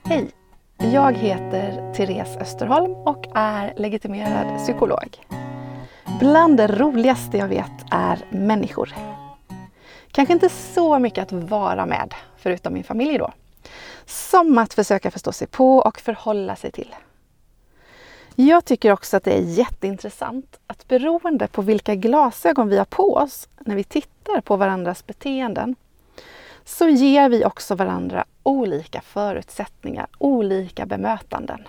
Hej! Jag heter Therese Österholm och är legitimerad psykolog. Bland det roligaste jag vet är människor. Kanske inte så mycket att vara med, förutom min familj då. Som att försöka förstå sig på och förhålla sig till. Jag tycker också att det är jätteintressant att beroende på vilka glasögon vi har på oss när vi tittar på varandras beteenden, så ger vi också varandra olika förutsättningar, olika bemötanden.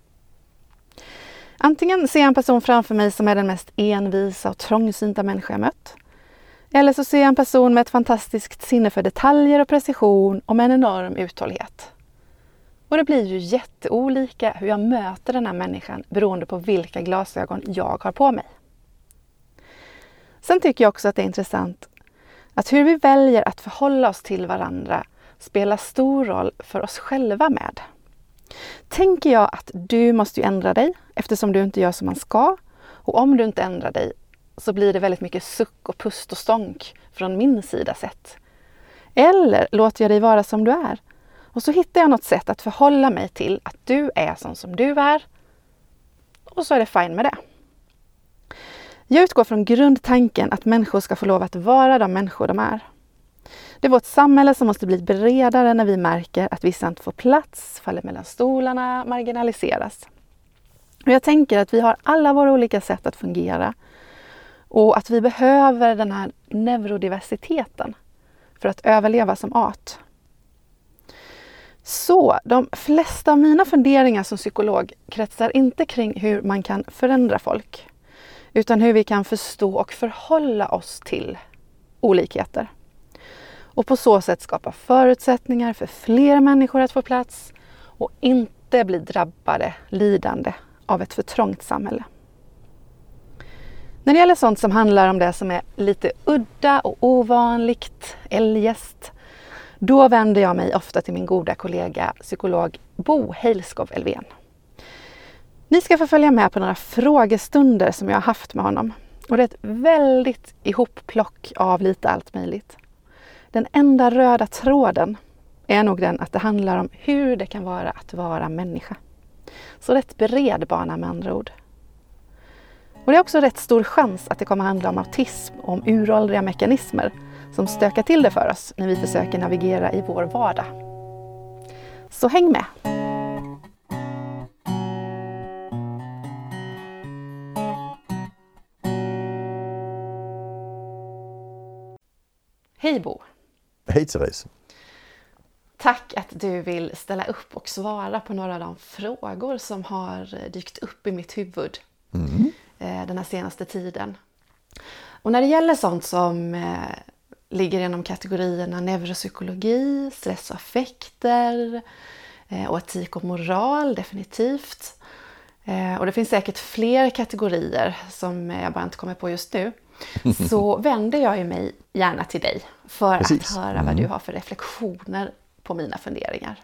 Antingen ser jag en person framför mig som är den mest envisa och trångsynta människa jag mött. Eller så ser jag en person med ett fantastiskt sinne för detaljer och precision och med en enorm uthållighet. Och det blir ju jätteolika hur jag möter den här människan beroende på vilka glasögon jag har på mig. Sen tycker jag också att det är intressant att hur vi väljer att förhålla oss till varandra spelar stor roll för oss själva med. Tänker jag att du måste ju ändra dig eftersom du inte gör som man ska, och om du inte ändrar dig så blir det väldigt mycket suck och pust och stånk från min sida sett. Eller låter jag dig vara som du är och så hittar jag något sätt att förhålla mig till att du är sån som du är, och så är det fine med det. Jag utgår från grundtanken att människor ska få lov att vara de människor de är. Det är vårt samhälle som måste bli bredare när vi märker att vissa inte får plats, faller mellan stolarna, marginaliseras. Och jag tänker att vi har alla våra olika sätt att fungera och att vi behöver den här neurodiversiteten för att överleva som art. Så de flesta av mina funderingar som psykolog kretsar inte kring hur man kan förändra folk, utan hur vi kan förstå och förhålla oss till olikheter. Och på så sätt skapa förutsättningar för fler människor att få plats och inte bli drabbade, lidande av ett för trångt samhälle. När det gäller sånt som handlar om det som är lite udda och ovanligt, eljest, då vänder jag mig ofta till min goda kollega psykolog Bo Heilskov-Elfven. Ni ska få följa med på några frågestunder som jag har haft med honom. Och det är ett väldigt ihopplock av lite allt möjligt. Den enda röda tråden är nog den att det handlar om hur det kan vara att vara människa. Så rätt bred bana med andra ord. Och det är också rätt stor chans att det kommer handla om autism och om uråldriga mekanismer som stökar till det för oss när vi försöker navigera i vår vardag. Så häng med! Hej Bo! Hej Therese! Tack att du vill ställa upp och svara på några av de frågor som har dykt upp i mitt huvud den här senaste tiden. Och när det gäller sånt som ligger inom kategorierna neuropsykologi, stress och affekter och etik och moral definitivt. Och det finns säkert fler kategorier som jag bara inte kommer på just nu. Så vänder jag ju mig gärna till dig för att höra vad du har för reflektioner på mina funderingar.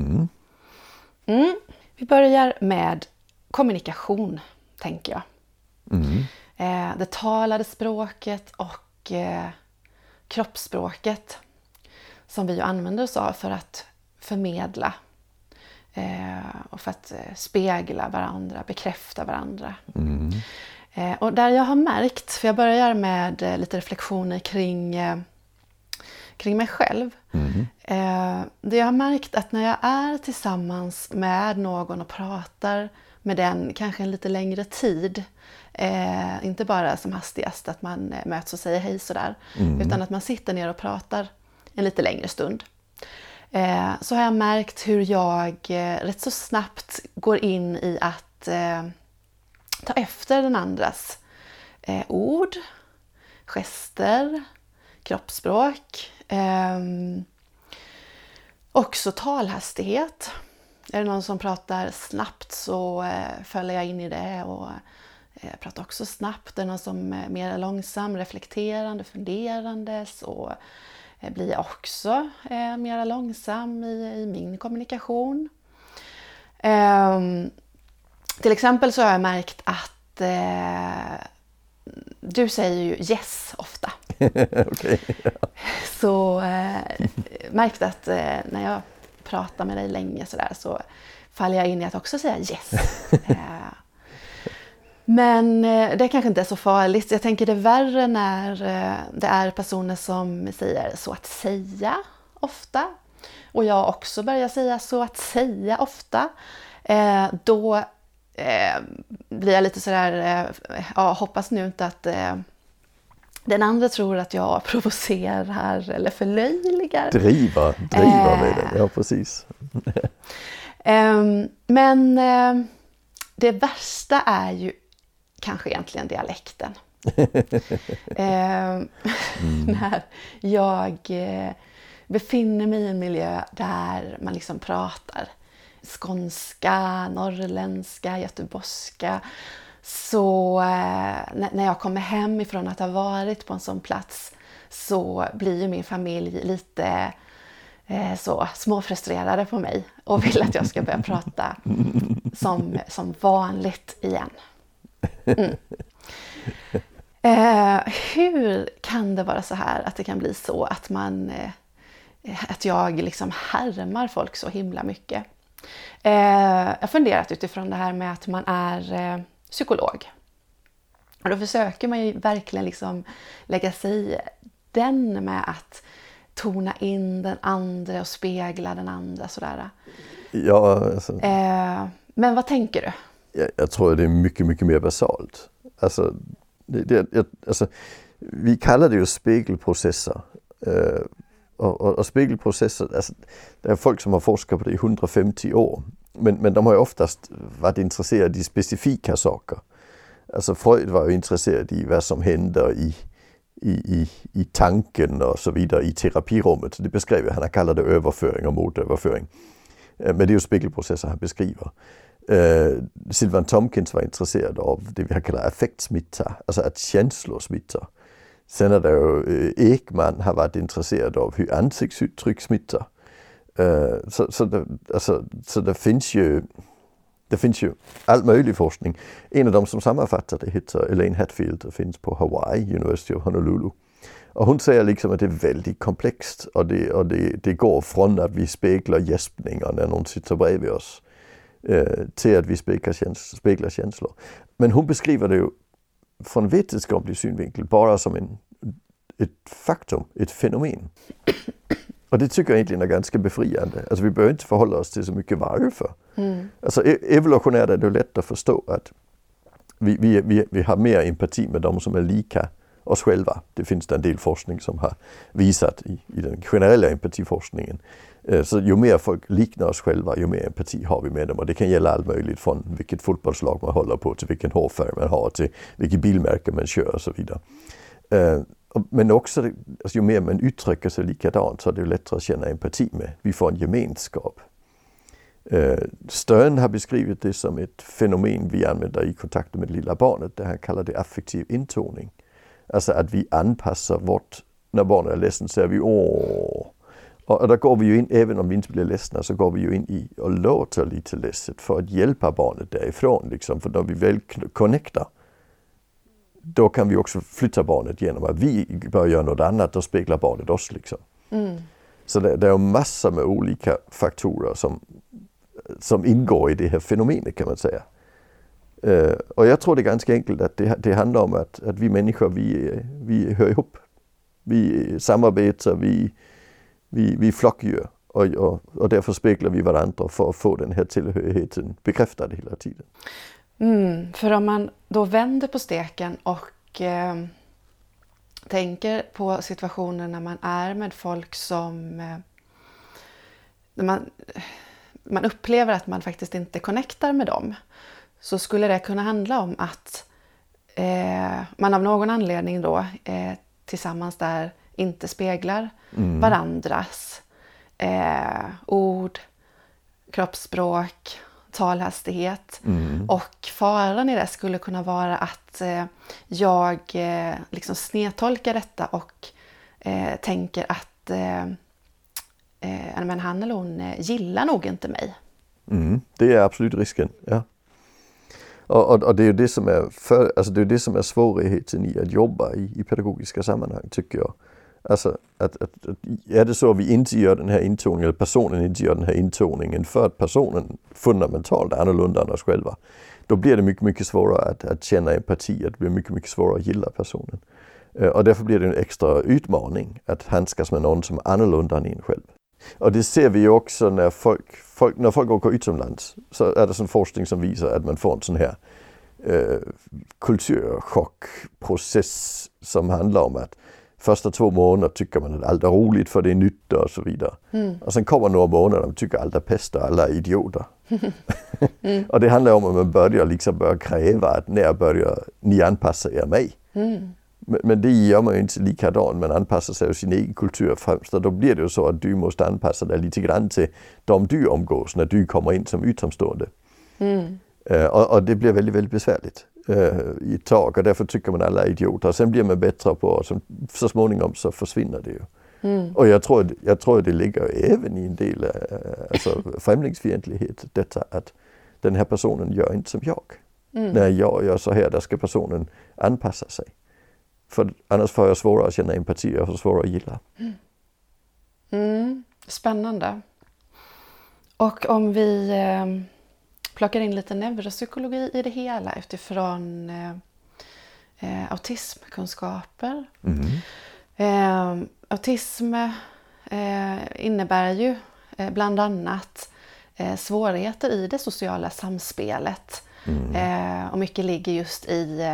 Vi börjar med kommunikation, tänker jag. Det talade språket och kroppsspråket som vi använder oss av för att förmedla och för att spegla varandra, bekräfta varandra. Och där jag har märkt, för jag börjar med lite reflektioner kring mig själv. Det jag har märkt att när jag är tillsammans med någon och pratar med den kanske en lite längre tid, inte bara som hastigast att man möts och säger hej sådär, utan att man sitter ner och pratar en lite längre stund. Så har jag märkt hur jag rätt så snabbt går in i att ta efter den andras ord, gester, kroppsspråk, också talhastighet. Är det någon som pratar snabbt så följer jag in i det och pratar också snabbt. Är det någon som är mer långsam, reflekterande, funderande så blir jag också mer långsam i min kommunikation. Till exempel så har jag märkt att du säger ju yes ofta. Okay, ja. Så märkte att när jag prata med dig länge så faller jag in i att också säga yes. Men det kanske inte är så farligt. Jag tänker det är värre när det är personer som säger så att säga ofta. Och jag också börjar säga så att säga ofta. Då blir jag lite sådär, hoppas nu inte att den andra tror att jag provocerar eller förlöjligar. Driva med det, ja precis. Men det värsta är ju kanske egentligen dialekten. När jag befinner mig i en miljö där man liksom pratar skånska, norrländska, göteborgska. Så när jag kommer hem ifrån att ha varit på en sån plats så blir ju min familj lite så småfrustrerade på mig och vill att jag ska börja prata som vanligt igen. Hur kan det vara så här att det kan bli så att jag liksom härmar folk så himla mycket? Jag har funderat utifrån det här med att man är psykolog. Och då försöker man ju verkligen liksom lägga sig i den med att tona in den andra och spegla den andra sådär. Ja, alltså. Men vad tänker du? Jag tror att det är mycket, mycket mer basalt. Alltså, alltså, vi kallar det ju spegelprocesser. Och spegelprocesser, alltså, det är folk som har forskat på det i 150 år. Men de har ju oftast varit intresserade i specifika saker. Alltså Freud var ju intresserad i vad som händer i tanken och så vidare i terapirummet. Det beskrev han kallade det överföring och motöverföring. Men det är ju spegelprocesser han beskriver. Sylvan Tomkins var intresserad av det vi har kallat affektsmitta, alltså att känslor smittar. Sen är det ju Ekman har varit intresserad av hur ansiktsuttryck smittar. Så det finns ju all möjlig forskning. En av dem som sammanfattar det heter Elaine Hatfield och finns på Hawaii, University of Honolulu. Och hon säger liksom att det är väldigt komplext och det går från att vi speglar gäspningar när någon sitter bredvid oss till att vi speglar känslor. Men hon beskriver det ju från vetenskaplig synvinkel bara som ett faktum, ett fenomen. Och det tycker jag egentligen är ganska befriande. Alltså vi behöver inte förhålla oss till så mycket varför. Alltså evolutionärt är det lätt att förstå att vi har mer empati med dem som är lika oss själva. Det finns det en del forskning som har visat i den generella empatiforskningen. Så ju mer folk liknar oss själva, ju mer empati har vi med dem. Och det kan gälla allt möjligt från vilket fotbollslag man håller på till vilken hårfärg man har till vilket bilmärke man kör och så vidare. Men också, alltså, ju mer man uttrycker sig likadant så är det lättare att känna empati med. Vi får en gemenskap. Stern har beskrivit det som ett fenomen vi använder i kontakten med det lilla barnet. Det han kallar det affektiv intoning. Alltså att vi anpassar när barnet är ledsen säger vi åh. Och där går vi ju in, även om vi inte blir ledsna, så går vi ju in i och låter lite ledset för att hjälpa barnet därifrån. Liksom. För när vi väl connectar, då kan vi också flytta barnet genom att vi börjar göra något annat och speglar barnet oss. Liksom. Så det är massor med olika faktorer som ingår i det här fenomenet kan man säga. Och jag tror det är ganska enkelt att det handlar om att vi människor, vi hör ihop. Vi samarbetar, vi flockdjur och därför speglar vi varandra för att få den här tillhörigheten bekräftad hela tiden. För om man då vänder på steken och tänker på situationer när man är med folk som man upplever att man faktiskt inte connectar med dem, så skulle det kunna handla om att man av någon anledning då tillsammans där inte speglar varandras ord, kroppsspråk, talhastighet. Och faran i det skulle kunna vara att jag liksom snedtolkar detta och tänker att men han eller hon gillar nog inte mig. Det är absolut risken, ja. Och det är ju det som är det är det som är svårigheten i att jobba i pedagogiska sammanhang tycker jag. Alltså, att är det så att vi inte gör den här intoningen, eller personen inte gör den här intoningen för att personen fundamentalt är annorlunda än oss själva, då blir det mycket, mycket svårare att känna empati, det blir mycket, mycket svårare att gilla personen. Och därför blir det en extra utmaning att handskas med någon som är annorlunda än en själv. Och det ser vi ju också när folk åker utomlands, så är det sån forskning som visar att man får en sån här kulturchockprocess som handlar om att första 2 månader tycker man att allt är roligt för det är nytt och så vidare. Och sen kommer några månader och man tycker allt är pest och alla är idioter. Och det handlar om att man börjar kräva att när börjar ni anpassa er mig. Men det gör man ju inte likadant, man anpassar sig av sin egen kultur främst, och då blir det ju så att du måste anpassa dig lite grann till de du omgås när du kommer in som utomstående. Och det blir väldigt, väldigt besvärligt i ett tag, och därför tycker man alla är idioter. Och sen blir man bättre på, och så småningom så försvinner det ju. Och jag tror det ligger även i en del främlingsfientlighet, detta att den här personen gör inte som jag. När jag gör så här, där ska personen anpassa sig. För annars får jag svårare att känna empati och svårare att gilla. Spännande. Och om vi plockar in lite neuropsykologi i det hela utifrån autismkunskaper. Autism innebär ju bland annat svårigheter i det sociala samspelet. Och mycket ligger just i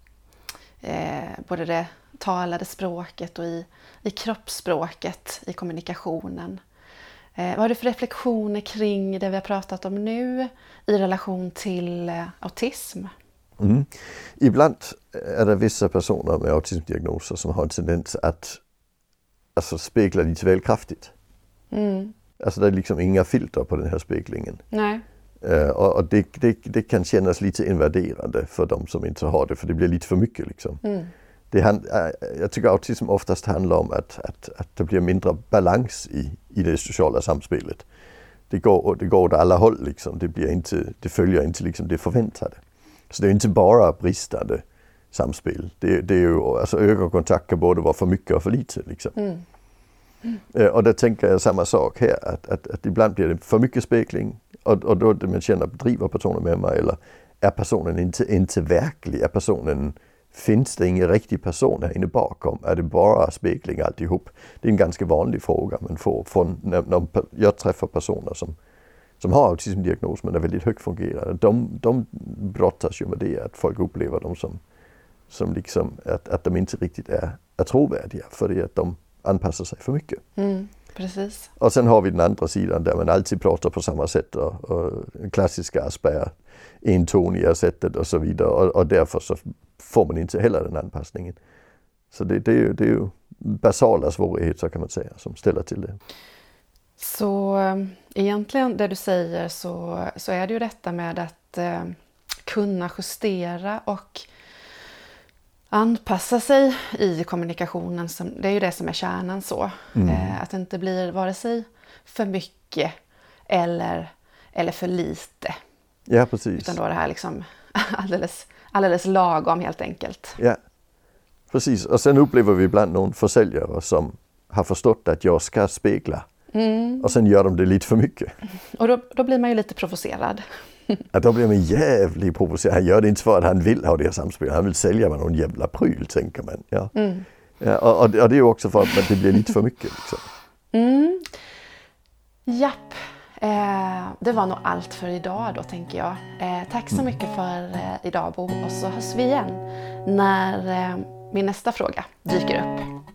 både det talade språket och i kroppsspråket, i kommunikationen. Vad har du för reflektioner kring det vi har pratat om nu i relation till autism? Ibland är det vissa personer med autismdiagnoser som har en tendens att spegla lite väl kraftigt. Alltså det är liksom inga filter på den här speglingen. Nej. Och det kan kännas lite invaderande för de som inte har det, för det blir lite för mycket liksom. Jag tycker autism oftast handlar om att det blir mindre balans i det sociala samspelet. Det går åt alla håll liksom. Det följer inte liksom det förväntade. Så det är inte bara bristande samspel. Det är ju, alltså ögonkontakt kan både vara för mycket och för lite liksom. Och där tänker jag samma sak här, att ibland blir det för mycket spegling, och då man känner, driver personen med mig, eller är personen inte verklig? Finns det ingen riktig person här inne bakom? Är det bara spegling alltihop? Det är en ganska vanlig fråga man får från när jag träffar personer som har autismdiagnos men är väldigt högfungerande. De brottas ju med det, att folk upplever dem som liksom att de inte riktigt är trovärdiga, för det att de anpassar sig för mycket. Precis. Och sen har vi den andra sidan där man alltid pratar på samma sätt, och klassiska Asperger, entoniga sättet och så vidare, och därför så får man inte heller den anpassningen. Så det är ju basala svårigheter, kan man säga, som ställer till det. Så egentligen det du säger så är det ju detta med att kunna justera och anpassa sig i kommunikationen. Det är ju det som är kärnan så. Att det inte blir vare sig för mycket eller för lite. Ja, precis. Utan då det här liksom alldeles lagom helt enkelt. Ja, precis. Och sen upplever vi ibland någon försäljare som har förstått att jag ska spegla. Och sen gör de det lite för mycket. Och då blir man ju lite provocerad. Ja, då blir man jävligt provocerad. Han gör det inte för att han vill ha det här samspelet. Han vill sälja med någon jävla pryl, tänker man. Ja. Ja, och det är ju också för att det blir lite för mycket. Liksom. Japp. Det var nog allt för idag då, tänker jag. Tack så mycket för idag, Bo. Och så hörs vi igen när min nästa fråga dyker upp.